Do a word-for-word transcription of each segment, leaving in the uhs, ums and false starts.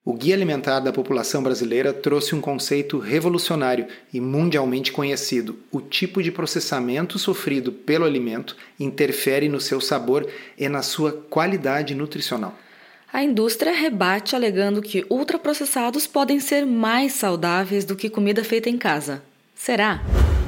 O Guia Alimentar da População Brasileira trouxe um conceito revolucionário e mundialmente conhecido. O tipo de processamento sofrido pelo alimento interfere no seu sabor e na sua qualidade nutricional. A indústria rebate alegando que ultraprocessados podem ser mais saudáveis do que comida feita em casa. Será?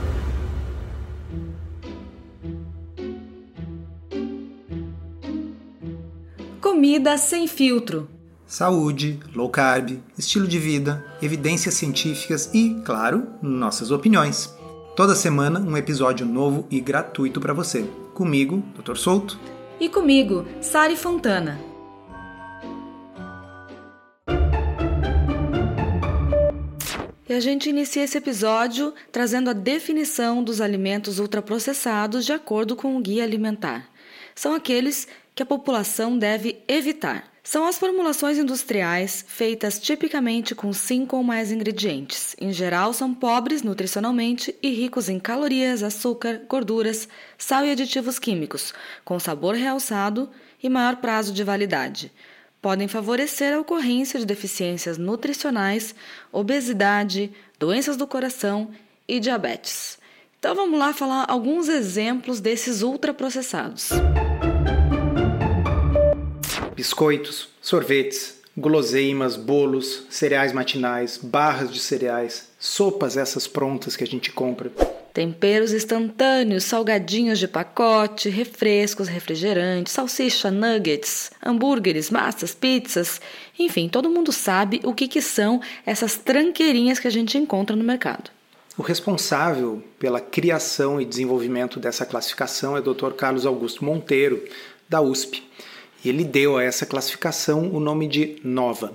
Comida sem filtro. Saúde, low carb, estilo de vida, evidências científicas e, claro, nossas opiniões. Toda semana um episódio novo e gratuito para você. Comigo, doutor Souto. E comigo, Sari Fontana. E a gente inicia esse episódio trazendo a definição dos alimentos ultraprocessados de acordo com o Guia Alimentar. São aqueles que a população deve evitar. São as formulações industriais feitas tipicamente com cinco ou mais ingredientes. Em geral, são pobres nutricionalmente e ricos em calorias, açúcar, gorduras, sal e aditivos químicos, com sabor realçado e maior prazo de validade. Podem favorecer a ocorrência de deficiências nutricionais, obesidade, doenças do coração e diabetes. Então vamos lá falar alguns exemplos desses ultraprocessados. Biscoitos, sorvetes, guloseimas, bolos, cereais matinais, barras de cereais, sopas essas prontas que a gente compra. Temperos instantâneos, salgadinhos de pacote, refrescos, refrigerantes, salsicha, nuggets, hambúrgueres, massas, pizzas. Enfim, todo mundo sabe o que, que são essas tranqueirinhas que a gente encontra no mercado. O responsável pela criação e desenvolvimento dessa classificação é o doutor Carlos Augusto Monteiro, da U S P. E ele deu a essa classificação o nome de Nova.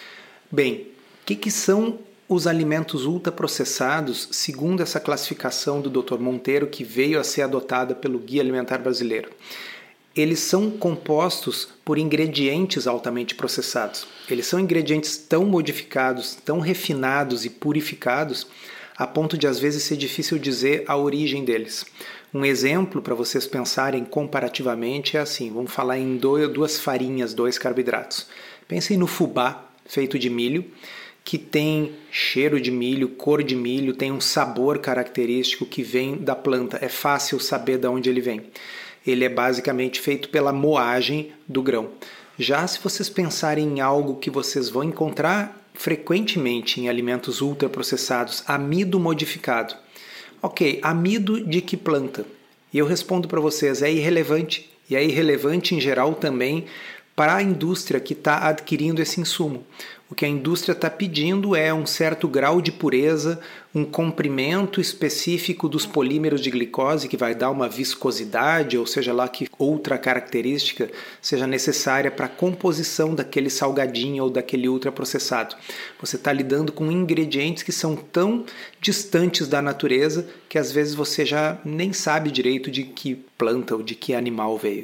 Bem, o que, que são os alimentos ultraprocessados, segundo essa classificação do doutor Monteiro, que veio a ser adotada pelo Guia Alimentar Brasileiro? Eles são compostos por ingredientes altamente processados. Eles são ingredientes tão modificados, tão refinados e purificados, a ponto de às vezes ser difícil dizer a origem deles. Um exemplo para vocês pensarem comparativamente é assim, vamos falar em duas farinhas, dois carboidratos. Pensem no fubá, feito de milho, que tem cheiro de milho, cor de milho, tem um sabor característico que vem da planta. É fácil saber de onde ele vem. Ele é basicamente feito pela moagem do grão. Já se vocês pensarem em algo que vocês vão encontrar frequentemente em alimentos ultraprocessados, amido modificado. Ok, amido de que planta? E eu respondo para vocês, é irrelevante. E é irrelevante em geral também para a indústria que está adquirindo esse insumo. O que a indústria está pedindo é um certo grau de pureza, um comprimento específico dos polímeros de glicose que vai dar uma viscosidade, ou seja lá que outra característica seja necessária para a composição daquele salgadinho ou daquele ultraprocessado. Você está lidando com ingredientes que são tão distantes da natureza que às vezes você já nem sabe direito de que planta ou de que animal veio.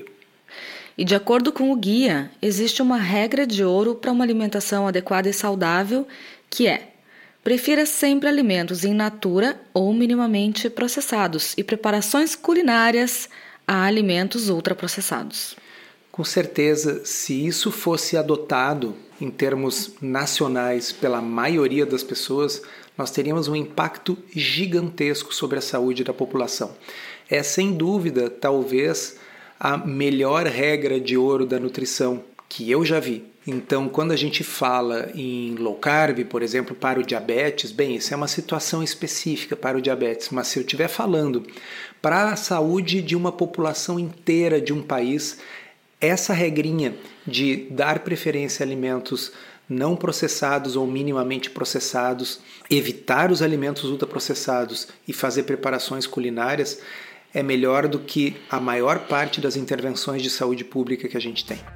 E de acordo com o guia, existe uma regra de ouro para uma alimentação adequada e saudável, que é: prefira sempre alimentos in natura ou minimamente processados e preparações culinárias a alimentos ultraprocessados. Com certeza, se isso fosse adotado em termos nacionais pela maioria das pessoas, nós teríamos um impacto gigantesco sobre a saúde da população. É sem dúvida, talvez, a melhor regra de ouro da nutrição que eu já vi. Então, quando a gente fala em low carb, por exemplo, para o diabetes, bem, isso é uma situação específica para o diabetes, mas se eu estiver falando para a saúde de uma população inteira de um país, essa regrinha de dar preferência a alimentos não processados ou minimamente processados, evitar os alimentos ultraprocessados e fazer preparações culinárias é melhor do que a maior parte das intervenções de saúde pública que a gente tem.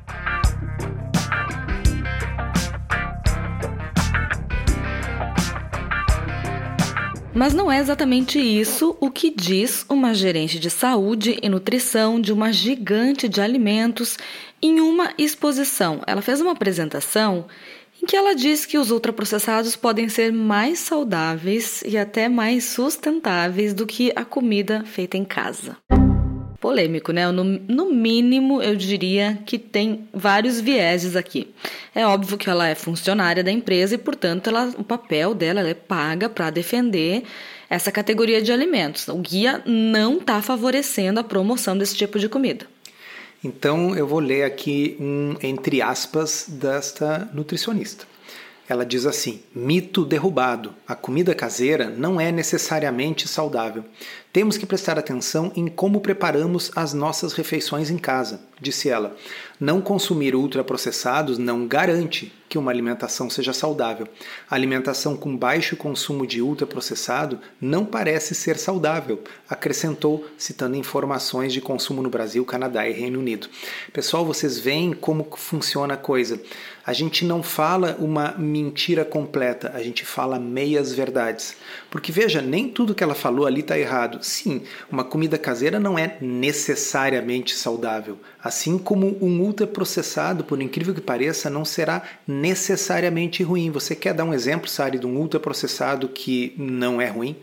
Mas não é exatamente isso o que diz uma gerente de saúde e nutrição de uma gigante de alimentos em uma exposição. Ela fez uma apresentação em que ela diz que os ultraprocessados podem ser mais saudáveis e até mais sustentáveis do que a comida feita em casa. polêmico, né? No, no mínimo, eu diria que tem vários vieses aqui. É óbvio que ela é funcionária da empresa e, portanto, ela, o papel dela ela é paga para defender essa categoria de alimentos. O guia não está favorecendo a promoção desse tipo de comida. Então, eu vou ler aqui um entre aspas desta nutricionista. Ela diz assim: mito derrubado. A comida caseira não é necessariamente saudável. Temos que prestar atenção em como preparamos as nossas refeições em casa, disse ela. Não consumir ultraprocessados não garante que uma alimentação seja saudável. A alimentação com baixo consumo de ultraprocessado não parece ser saudável, acrescentou, citando informações de consumo no Brasil, Canadá e Reino Unido. Pessoal, vocês veem como funciona a coisa. A gente não fala uma mentira completa, a gente fala meias verdades. Porque veja, nem tudo que ela falou ali está errado. Sim, uma comida caseira não é necessariamente saudável. Assim como um ultraprocessado, por incrível que pareça, não será necessariamente ruim. Você quer dar um exemplo, Sari, de um ultraprocessado que não é ruim?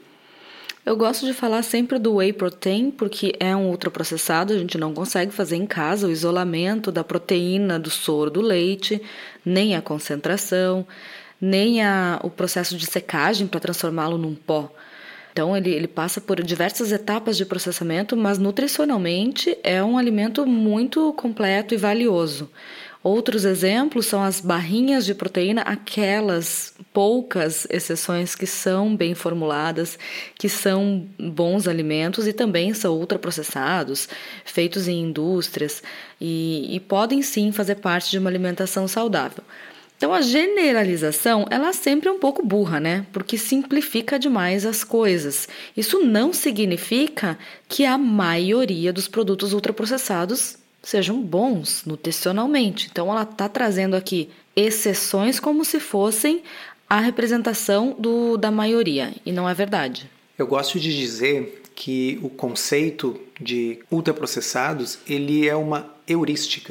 Eu gosto de falar sempre do whey protein, porque é um ultraprocessado, a gente não consegue fazer em casa o isolamento da proteína do soro do leite, nem a concentração, nem a, o processo de secagem para transformá-lo num pó. Então, ele, ele passa por diversas etapas de processamento, mas nutricionalmente é um alimento muito completo e valioso. Outros exemplos são as barrinhas de proteína, aquelas poucas exceções que são bem formuladas, que são bons alimentos e também são ultraprocessados, feitos em indústrias e, e podem sim fazer parte de uma alimentação saudável. Então, a generalização, ela sempre é um pouco burra, né? Porque simplifica demais as coisas. Isso não significa que a maioria dos produtos ultraprocessados sejam bons nutricionalmente. Então, ela está trazendo aqui exceções como se fossem a representação do, da maioria, e não é verdade. Eu gosto de dizer que o conceito de ultraprocessados, ele é uma heurística.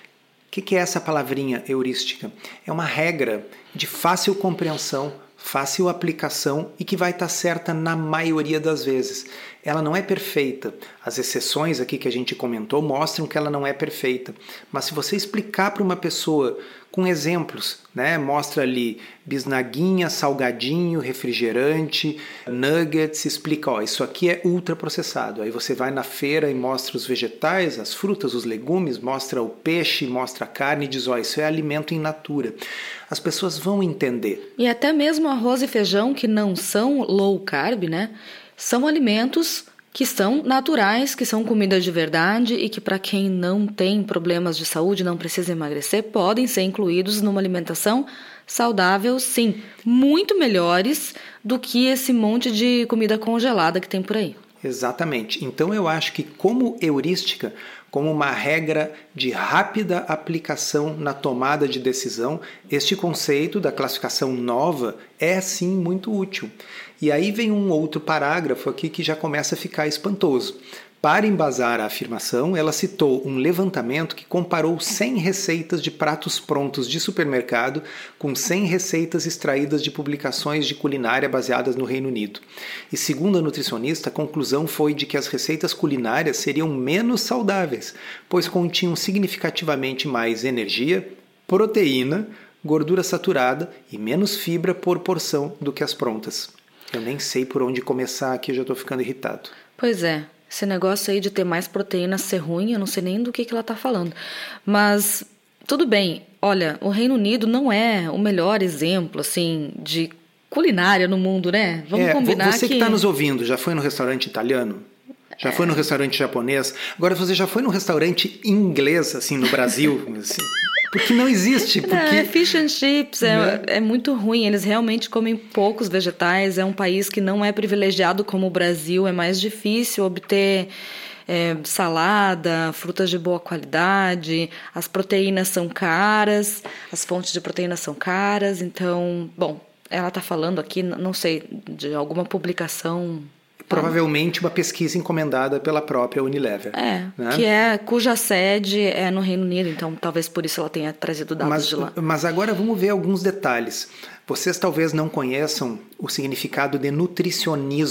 O que, que é essa palavrinha heurística? É uma regra de fácil compreensão, fácil aplicação e que vai estar certa na maioria das vezes. Ela não é perfeita. As exceções aqui que a gente comentou mostram que ela não é perfeita. Mas se você explicar para uma pessoa com exemplos, né, mostra ali bisnaguinha, salgadinho, refrigerante, nuggets, explica, ó, isso aqui é ultraprocessado. Aí você vai na feira e mostra os vegetais, as frutas, os legumes, mostra o peixe, mostra a carne e diz, ó, isso é alimento in natura. As pessoas vão entender. E até mesmo arroz e feijão, que não são low carb, né, são alimentos que são naturais, que são comida de verdade e que para quem não tem problemas de saúde, não precisa emagrecer, podem ser incluídos numa alimentação saudável, sim, muito melhores do que esse monte de comida congelada que tem por aí. Exatamente. Então eu acho que como heurística, como uma regra de rápida aplicação na tomada de decisão, este conceito da classificação nova é sim muito útil. E aí vem um outro parágrafo aqui que já começa a ficar espantoso. Para embasar a afirmação, ela citou um levantamento que comparou cem receitas de pratos prontos de supermercado com cem receitas extraídas de publicações de culinária baseadas no Reino Unido. E segundo a nutricionista, a conclusão foi de que as receitas culinárias seriam menos saudáveis, pois continham significativamente mais energia, proteína, gordura saturada e menos fibra por porção do que as prontas. Eu nem sei por onde começar aqui, já estou ficando irritado. Pois é. Esse negócio aí de ter mais proteína ser ruim, eu não sei nem do que, que ela está falando. Mas, tudo bem. Olha, o Reino Unido não é o melhor exemplo, assim, de culinária no mundo, né? Vamos é, combinar você que... que está nos ouvindo, já foi no restaurante italiano? Já é. foi no restaurante japonês? Agora, você já foi no restaurante inglês, assim, no Brasil? Assim, porque não existe. Porque... Não, é fish and chips, é, né? é muito ruim. Eles realmente comem poucos vegetais. É um país que não é privilegiado como o Brasil. É mais difícil obter é, salada, frutas de boa qualidade. As proteínas são caras, as fontes de proteína são caras. Então, bom, ela está falando aqui, não sei, de alguma publicação... Provavelmente uma pesquisa encomendada pela própria Unilever. É, né? que é, cuja sede é no Reino Unido, então talvez por isso ela tenha trazido dados mas, de lá. Mas agora vamos ver alguns detalhes. Vocês talvez não conheçam o significado de nutricionismo.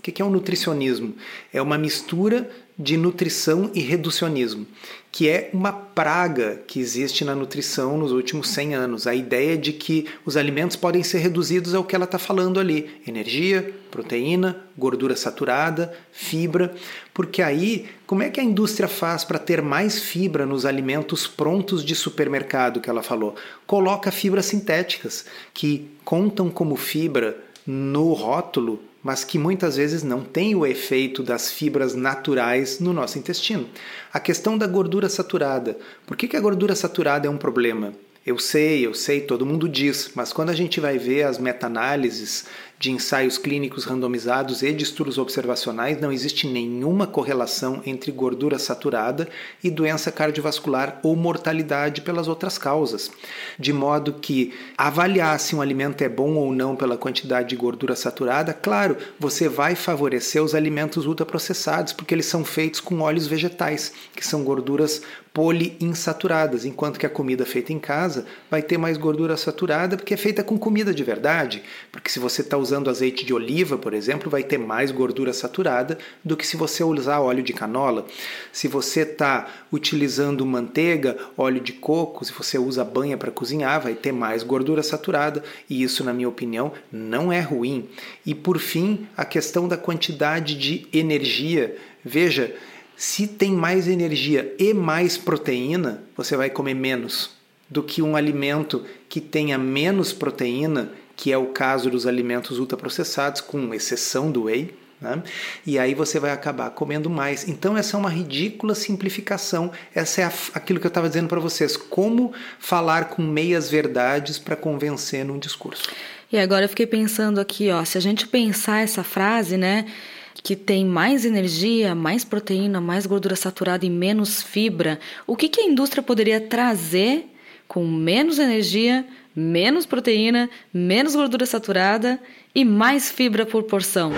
O que é o nutricionismo? É uma mistura de nutrição e reducionismo, que é uma praga que existe na nutrição nos últimos cem anos. A ideia de que os alimentos podem ser reduzidos ao que ela está falando ali: energia, proteína, gordura saturada, fibra. Porque aí, como é que a indústria faz para ter mais fibra nos alimentos prontos de supermercado que ela falou? Coloca fibras sintéticas, que contam como fibra no rótulo, mas que muitas vezes não tem o efeito das fibras naturais no nosso intestino. A questão da gordura saturada. Por que que a gordura saturada é um problema? Eu sei, eu sei, todo mundo diz, mas quando a gente vai ver as meta-análises de ensaios clínicos randomizados e de estudos observacionais, não existe nenhuma correlação entre gordura saturada e doença cardiovascular ou mortalidade pelas outras causas. De modo que avaliar se um alimento é bom ou não pela quantidade de gordura saturada, claro, você vai favorecer os alimentos ultraprocessados, porque eles são feitos com óleos vegetais, que são gorduras poliinsaturadas, enquanto que a comida feita em casa vai ter mais gordura saturada porque é feita com comida de verdade, porque se você está usando azeite de oliva, por exemplo, vai ter mais gordura saturada do que se você usar óleo de canola. Se você está utilizando manteiga, óleo de coco, se você usa banha para cozinhar, vai ter mais gordura saturada, e isso, na minha opinião, não é ruim. E por fim, a questão da quantidade de energia. Veja, se tem mais energia e mais proteína, você vai comer menos do que um alimento que tenha menos proteína, que é o caso dos alimentos ultraprocessados, com exceção do whey, né? E aí você vai acabar comendo mais. Então essa é uma ridícula simplificação. Essa é a, aquilo que eu estava dizendo para vocês, como falar com meias verdades para convencer num discurso. E agora eu fiquei pensando aqui, ó, se a gente pensar essa frase, né, que tem mais energia, mais proteína, mais gordura saturada e menos fibra, o que, que a indústria poderia trazer com menos energia, menos proteína, menos gordura saturada e mais fibra por porção?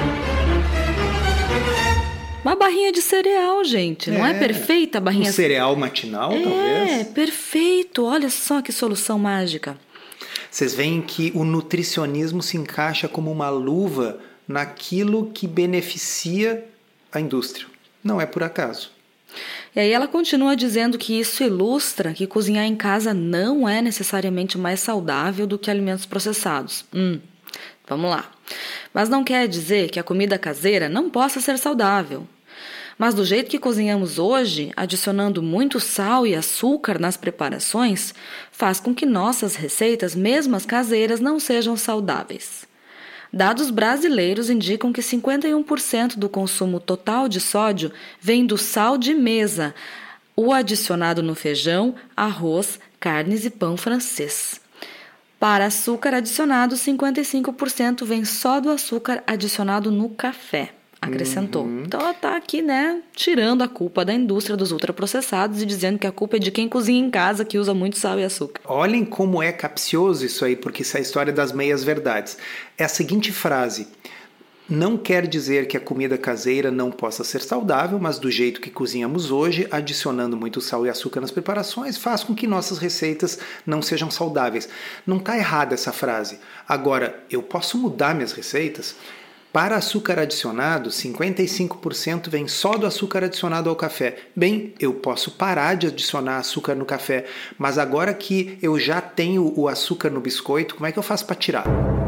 Uma barrinha de cereal, gente. Não é, é perfeita a barrinha? Um cereal matinal, é, talvez? É, perfeito. Olha só que solução mágica. Vocês veem que o nutricionismo se encaixa como uma luva naquilo que beneficia a indústria. Não é por acaso. E aí ela continua dizendo que isso ilustra que cozinhar em casa não é necessariamente mais saudável do que alimentos processados. Hum, vamos lá. Mas não quer dizer que a comida caseira não possa ser saudável. Mas do jeito que cozinhamos hoje, adicionando muito sal e açúcar nas preparações, faz com que nossas receitas, mesmo as caseiras, não sejam saudáveis. Dados brasileiros indicam que cinquenta e um por cento do consumo total de sódio vem do sal de mesa, o adicionado no feijão, arroz, carnes e pão francês. Para açúcar adicionado, cinquenta e cinco por cento vem só do açúcar adicionado no café, acrescentou. Uhum. Então ela está aqui, né, tirando a culpa da indústria dos ultraprocessados e dizendo que a culpa é de quem cozinha em casa, que usa muito sal e açúcar. Olhem como é capcioso isso aí, porque isso é a história das meias verdades. É a seguinte frase: não quer dizer que a comida caseira não possa ser saudável, mas do jeito que cozinhamos hoje, adicionando muito sal e açúcar nas preparações, faz com que nossas receitas não sejam saudáveis. Não está errada essa frase. Agora, eu posso mudar minhas receitas? Para açúcar adicionado, cinquenta e cinco por cento vem só do açúcar adicionado ao café. Bem, eu posso parar de adicionar açúcar no café, mas agora que eu já tenho o açúcar no biscoito, como é que eu faço para tirar?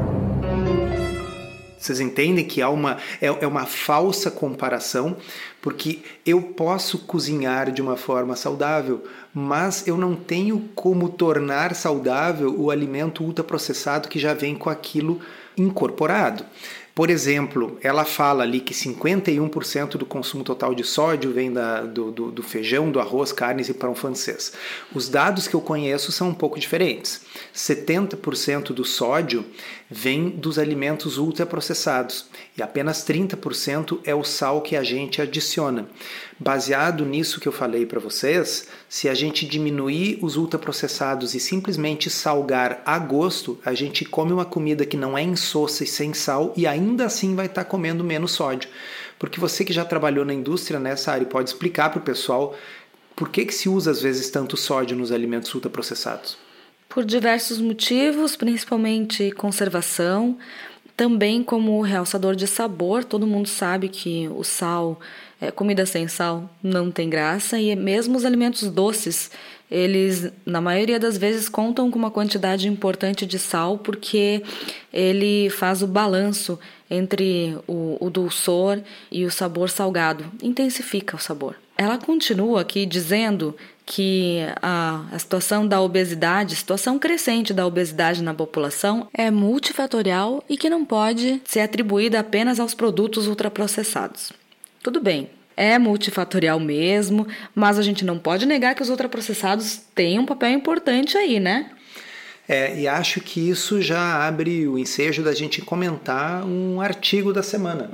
Vocês entendem que há uma, é, é uma falsa comparação, porque eu posso cozinhar de uma forma saudável, mas eu não tenho como tornar saudável o alimento ultraprocessado que já vem com aquilo incorporado. Por exemplo, ela fala ali que cinquenta e um por cento do consumo total de sódio vem da, do, do, do feijão, do arroz, carnes e pão francês. Os dados que eu conheço são um pouco diferentes. setenta por cento do sódio vem dos alimentos ultraprocessados e apenas trinta por cento é o sal que a gente adiciona. Baseado nisso que eu falei para vocês, se a gente diminuir os ultraprocessados e simplesmente salgar a gosto, a gente come uma comida que não é insossa e sem sal e ainda assim vai estar comendo menos sódio. Porque você que já trabalhou na indústria nessa área pode explicar para o pessoal por que, que se usa às vezes tanto sódio nos alimentos ultraprocessados. Por diversos motivos, principalmente conservação, também como realçador de sabor. Todo mundo sabe que o sal, é, comida sem sal não tem graça, e mesmo os alimentos doces, eles na maioria das vezes contam com uma quantidade importante de sal, porque ele faz o balanço entre o, o dulçor e o sabor salgado, intensifica o sabor. Ela continua aqui dizendo que a, a situação da obesidade, a situação crescente da obesidade na população é multifatorial e que não pode ser atribuída apenas aos produtos ultraprocessados. Tudo bem, é multifatorial mesmo, mas a gente não pode negar que os ultraprocessados têm um papel importante aí, né? É, e acho que isso já abre o ensejo da gente comentar um artigo da semana.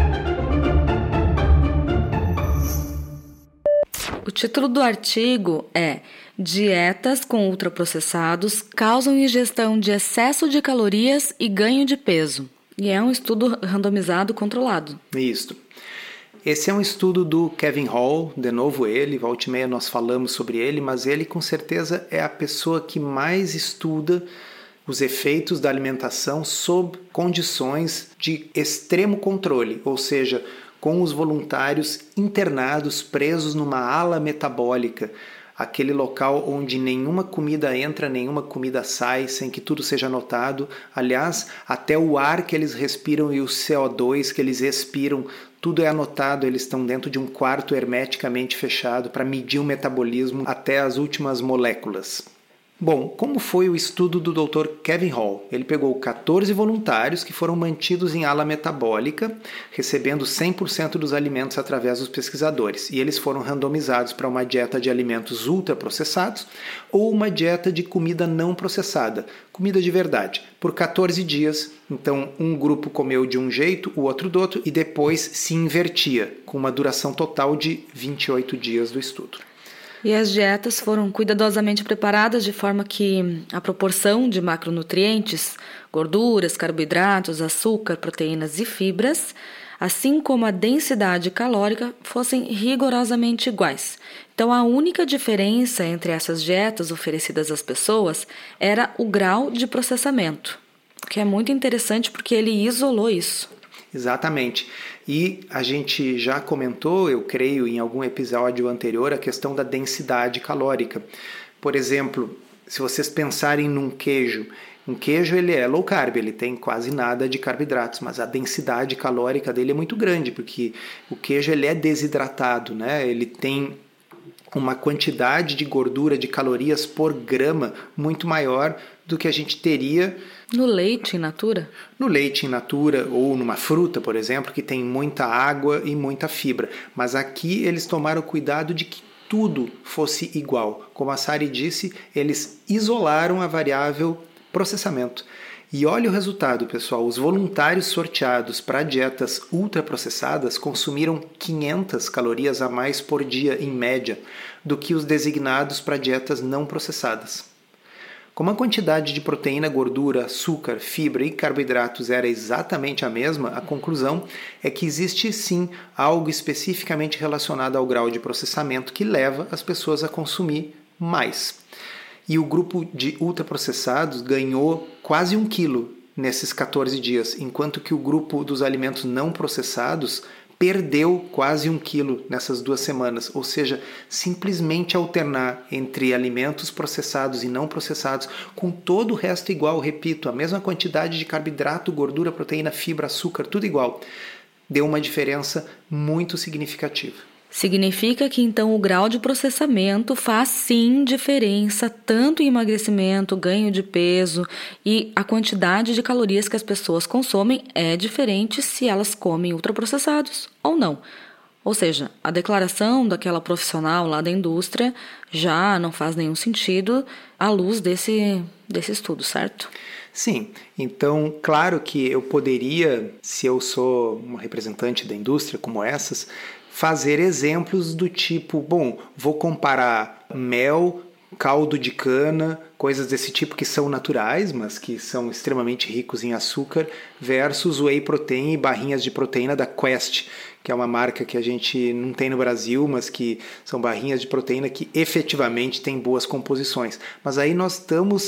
O título do artigo é Dietas com ultraprocessados causam ingestão de excesso de calorias e ganho de peso. E é um estudo randomizado controlado. Isso. Esse é um estudo do Kevin Hall, de novo ele, volta e meia nós falamos sobre ele, mas ele com certeza é a pessoa que mais estuda os efeitos da alimentação sob condições de extremo controle, ou seja, com os voluntários internados, presos numa ala metabólica, aquele local onde nenhuma comida entra, nenhuma comida sai, sem que tudo seja notado. Aliás, até o ar que eles respiram e o C O dois que eles expiram, tudo é anotado. Eles estão dentro de um quarto hermeticamente fechado para medir o metabolismo até as últimas moléculas. Bom, como foi o estudo do doutor Kevin Hall? Ele pegou quatorze voluntários que foram mantidos em ala metabólica, recebendo cem por cento dos alimentos através dos pesquisadores, e eles foram randomizados para uma dieta de alimentos ultraprocessados ou uma dieta de comida não processada, comida de verdade, por quatorze dias. Então, um grupo comeu de um jeito, o outro do outro, e depois se invertia, com uma duração total de vinte e oito dias do estudo. E as dietas foram cuidadosamente preparadas de forma que a proporção de macronutrientes, gorduras, carboidratos, açúcar, proteínas e fibras, assim como a densidade calórica, fossem rigorosamente iguais. Então, a única diferença entre essas dietas oferecidas às pessoas era o grau de processamento, que é muito interessante porque ele isolou isso. Exatamente. E a gente já comentou, eu creio, em algum episódio anterior, a questão da densidade calórica. Por exemplo, se vocês pensarem num queijo, um queijo ele é low carb, ele tem quase nada de carboidratos, mas a densidade calórica dele é muito grande, porque o queijo ele é desidratado, né? Ele tem uma quantidade de gordura, de calorias por grama muito maior do que a gente teria no leite in natura? No leite in natura ou numa fruta, por exemplo, que tem muita água e muita fibra. Mas aqui eles tomaram cuidado de que tudo fosse igual. Como a Sari disse, eles isolaram a variável processamento. E olha o resultado, pessoal. Os voluntários sorteados para dietas ultraprocessadas consumiram quinhentas calorias a mais por dia, em média, do que os designados para dietas não processadas. Como a quantidade de proteína, gordura, açúcar, fibra e carboidratos era exatamente a mesma, a conclusão é que existe sim algo especificamente relacionado ao grau de processamento que leva as pessoas a consumir mais. E o grupo de ultraprocessados ganhou quase um quilo nesses quatorze dias, enquanto que o grupo dos alimentos não processados perdeu quase um quilo nessas duas semanas, ou seja, simplesmente alternar entre alimentos processados e não processados, com todo o resto igual, repito, a mesma quantidade de carboidrato, gordura, proteína, fibra, açúcar, tudo igual, deu uma diferença muito significativa. Significa que então o grau de processamento faz sim diferença tanto em emagrecimento, ganho de peso, e a quantidade de calorias que as pessoas consomem é diferente se elas comem ultraprocessados ou não. Ou seja, a declaração daquela profissional lá da indústria já não faz nenhum sentido à luz desse, desse estudo, certo? Sim, então claro que eu poderia, se eu sou uma representante da indústria como essas, fazer exemplos do tipo, bom, vou comparar mel, caldo de cana, coisas desse tipo que são naturais, mas que são extremamente ricos em açúcar, versus whey protein e barrinhas de proteína da Quest, que é uma marca que a gente não tem no Brasil, mas que são barrinhas de proteína que efetivamente têm boas composições. Mas aí nós estamos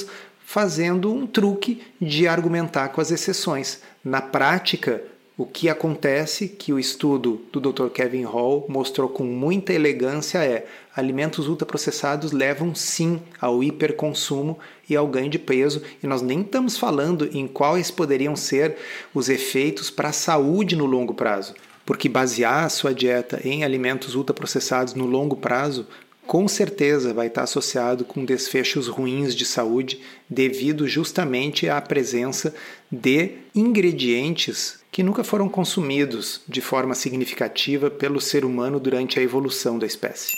fazendo um truque de argumentar com as exceções. Na prática, o que acontece, que o estudo do doutor Kevin Hall mostrou com muita elegância é: alimentos ultraprocessados levam sim ao hiperconsumo e ao ganho de peso, e nós nem estamos falando em quais poderiam ser os efeitos para a saúde no longo prazo, porque basear a sua dieta em alimentos ultraprocessados no longo prazo com certeza vai estar associado com desfechos ruins de saúde devido justamente à presença de ingredientes que nunca foram consumidos de forma significativa pelo ser humano durante a evolução da espécie.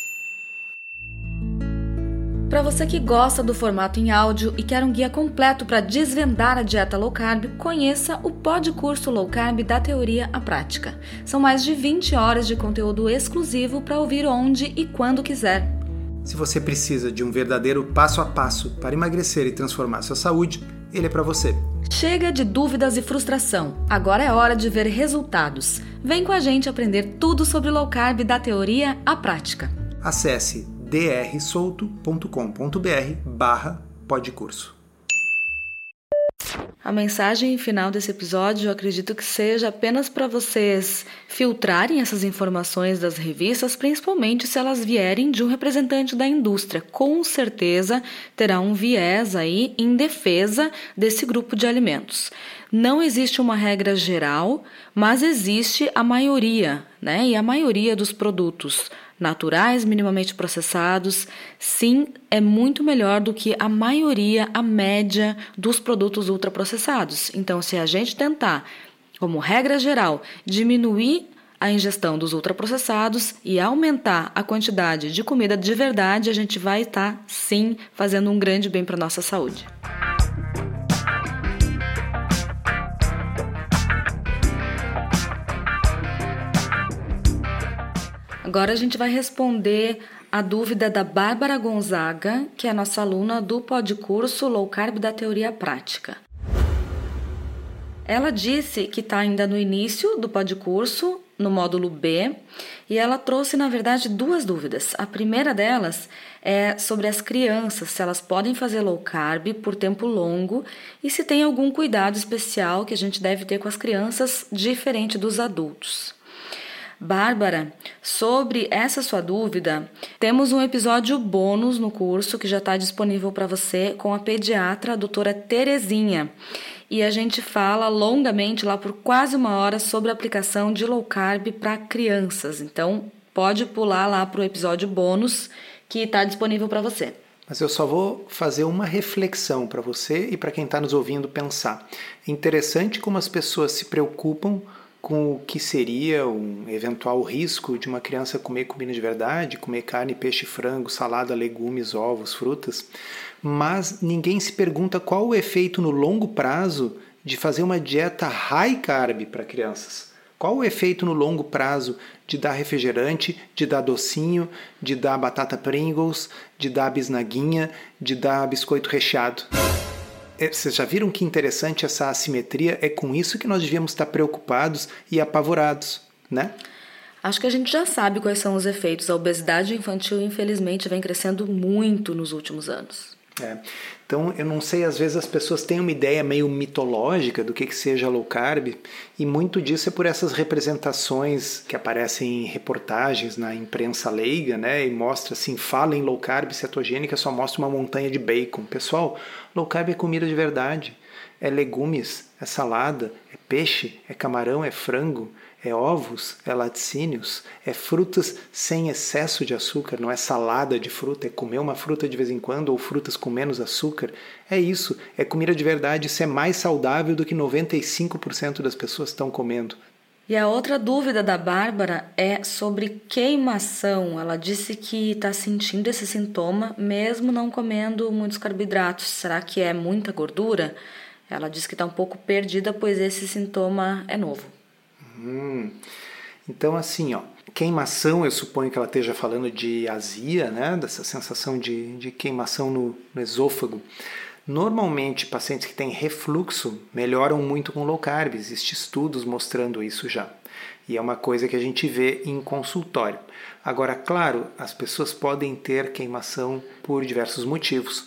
Para você que gosta do formato em áudio e quer um guia completo para desvendar a dieta low carb, conheça o Podcurso Low Carb da Teoria à Prática. São mais de vinte horas de conteúdo exclusivo para ouvir onde e quando quiser. Se você precisa de um verdadeiro passo a passo para emagrecer e transformar sua saúde, ele é para você. Chega de dúvidas e frustração. Agora é hora de ver resultados. Vem com a gente aprender tudo sobre low carb da teoria à prática. Acesse drsolto.com.br barra podcurso. A mensagem final desse episódio eu acredito que seja apenas para vocês filtrarem essas informações das revistas, principalmente se elas vierem de um representante da indústria. Com certeza terá um viés aí em defesa desse grupo de alimentos. Não existe uma regra geral, mas existe a maioria, né? E a maioria dos produtos naturais, minimamente processados, sim, é muito melhor do que a maioria, a média dos produtos ultraprocessados. Então, se a gente tentar, como regra geral, diminuir a ingestão dos ultraprocessados e aumentar a quantidade de comida de verdade, a gente vai estar, sim, fazendo um grande bem para a nossa saúde. Agora a gente vai responder a dúvida da Bárbara Gonzaga, que é a nossa aluna do Podcurso Low Carb da Teoria Prática. Ela disse que está ainda no início do Podcurso, no módulo B, e ela trouxe, na verdade, duas dúvidas. A primeira delas é sobre as crianças, se elas podem fazer low carb por tempo longo e se tem algum cuidado especial que a gente deve ter com as crianças, diferente dos adultos. Bárbara, sobre essa sua dúvida, temos um episódio bônus no curso que já está disponível para você com a pediatra a doutora Terezinha. E a gente fala longamente lá por quase uma hora sobre a aplicação de low carb para crianças. Então, pode pular lá para o episódio bônus que está disponível para você. Mas eu só vou fazer uma reflexão para você e para quem está nos ouvindo pensar. É interessante como as pessoas se preocupam com o que seria um eventual risco de uma criança comer comida de verdade, comer carne, peixe, frango, salada, legumes, ovos, frutas, mas ninguém se pergunta qual o efeito no longo prazo de fazer uma dieta high carb para crianças. Qual o efeito no longo prazo de dar refrigerante, de dar docinho, de dar batata Pringles, de dar bisnaguinha, de dar biscoito recheado? Vocês já viram que interessante essa assimetria? É com isso que nós devíamos estar preocupados e apavorados, né? Acho que a gente já sabe quais são os efeitos. A obesidade infantil, infelizmente, vem crescendo muito nos últimos anos. É. Então, eu não sei, às vezes as pessoas têm uma ideia meio mitológica do que, que seja low carb, e muito disso é por essas representações que aparecem em reportagens na imprensa leiga, né? E mostra assim, fala em low carb cetogênica, só mostra uma montanha de bacon. Pessoal, low carb é comida de verdade. É legumes, é salada, é peixe, é camarão, é frango, é ovos, é laticínios, é frutas sem excesso de açúcar, não é salada de fruta, é comer uma fruta de vez em quando ou frutas com menos açúcar. É isso, é comida de verdade, isso é mais saudável do que noventa e cinco por cento das pessoas estão comendo. E a outra dúvida da Bárbara é sobre queimação. Ela disse que está sentindo esse sintoma mesmo não comendo muitos carboidratos. Será que é muita gordura? Ela disse que está um pouco perdida, pois esse sintoma é novo. Hum, então assim, ó, queimação, eu suponho que ela esteja falando de azia, né, dessa sensação de, de queimação no, no esôfago. Normalmente, pacientes que têm refluxo melhoram muito com low carb, existem estudos mostrando isso já. E é uma coisa que a gente vê em consultório. Agora, claro, as pessoas podem ter queimação por diversos motivos.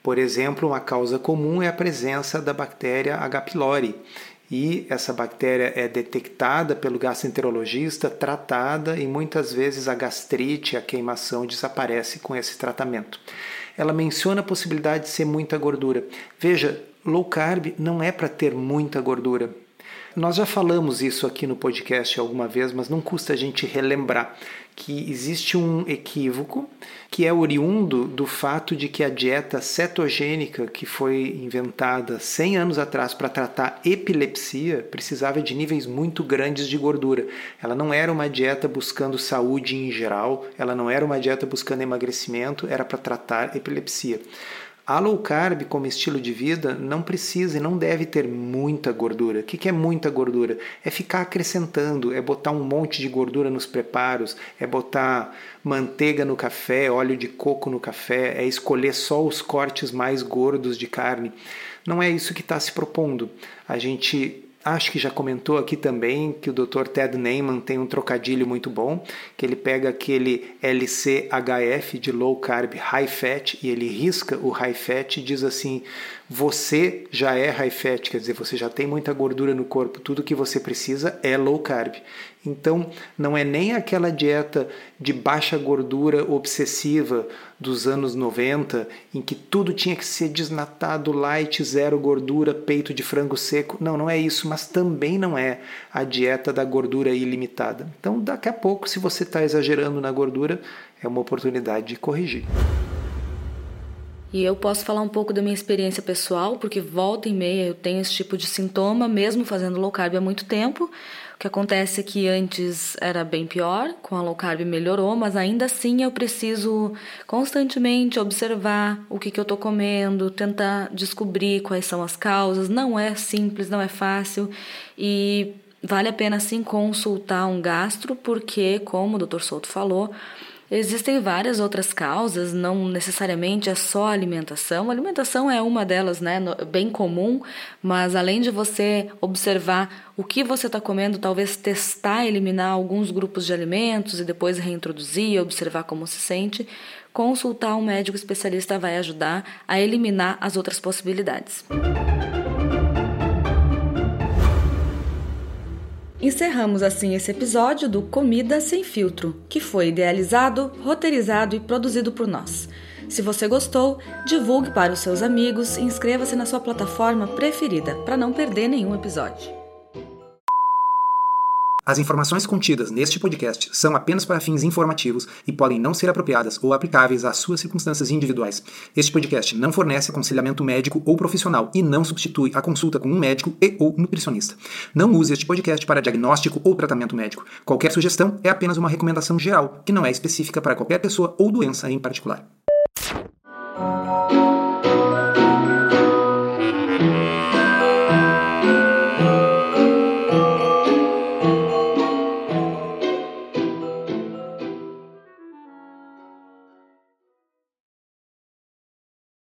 Por exemplo, uma causa comum é a presença da bactéria H. pylori. E essa bactéria é detectada pelo gastroenterologista, tratada e muitas vezes a gastrite, a queimação desaparece com esse tratamento. Ela menciona a possibilidade de ser muita gordura. Veja, low carb não é para ter muita gordura. Nós já falamos isso aqui no podcast alguma vez, mas não custa a gente relembrar que existe um equívoco que é oriundo do fato de que a dieta cetogênica, que foi inventada cem anos atrás para tratar epilepsia, precisava de níveis muito grandes de gordura. Ela não era uma dieta buscando saúde em geral, ela não era uma dieta buscando emagrecimento, era para tratar epilepsia. A low carb como estilo de vida não precisa e não deve ter muita gordura. O que é muita gordura? É ficar acrescentando, é botar um monte de gordura nos preparos, é botar manteiga no café, óleo de coco no café, é escolher só os cortes mais gordos de carne. Não é isso que está se propondo. A gente... Acho que já comentou aqui também que o doutor Ted Naiman tem um trocadilho muito bom, que ele pega aquele L C H F de Low Carb High Fat e ele risca o High Fat e diz assim, você já é High Fat, quer dizer, você já tem muita gordura no corpo, tudo que você precisa é Low Carb. Então, não é nem aquela dieta de baixa gordura obsessiva dos anos noventa, em que tudo tinha que ser desnatado, light, zero gordura, peito de frango seco. Não, não é isso, mas também não é a dieta da gordura ilimitada. Então, daqui a pouco, se você está exagerando na gordura, é uma oportunidade de corrigir. E eu posso falar um pouco da minha experiência pessoal, porque volta e meia eu tenho esse tipo de sintoma, mesmo fazendo low carb há muito tempo. O que acontece é que antes era bem pior, com a low carb melhorou, mas ainda assim eu preciso constantemente observar o que, que eu estou comendo, tentar descobrir quais são as causas. Não é simples, não é fácil e vale a pena sim consultar um gastro, porque, como o doutor Souto falou, existem várias outras causas, não necessariamente é só a alimentação. A alimentação é uma delas, né, bem comum, mas além de você observar o que você está comendo, talvez testar, eliminar alguns grupos de alimentos e depois reintroduzir, observar como se sente, consultar um médico especialista vai ajudar a eliminar as outras possibilidades. Encerramos assim esse episódio do Comida Sem Filtro, que foi idealizado, roteirizado e produzido por nós. Se você gostou, divulgue para os seus amigos e inscreva-se na sua plataforma preferida para não perder nenhum episódio. As informações contidas neste podcast são apenas para fins informativos e podem não ser apropriadas ou aplicáveis às suas circunstâncias individuais. Este podcast não fornece aconselhamento médico ou profissional e não substitui a consulta com um médico e ou nutricionista. Não use este podcast para diagnóstico ou tratamento médico. Qualquer sugestão é apenas uma recomendação geral, que não é específica para qualquer pessoa ou doença em particular.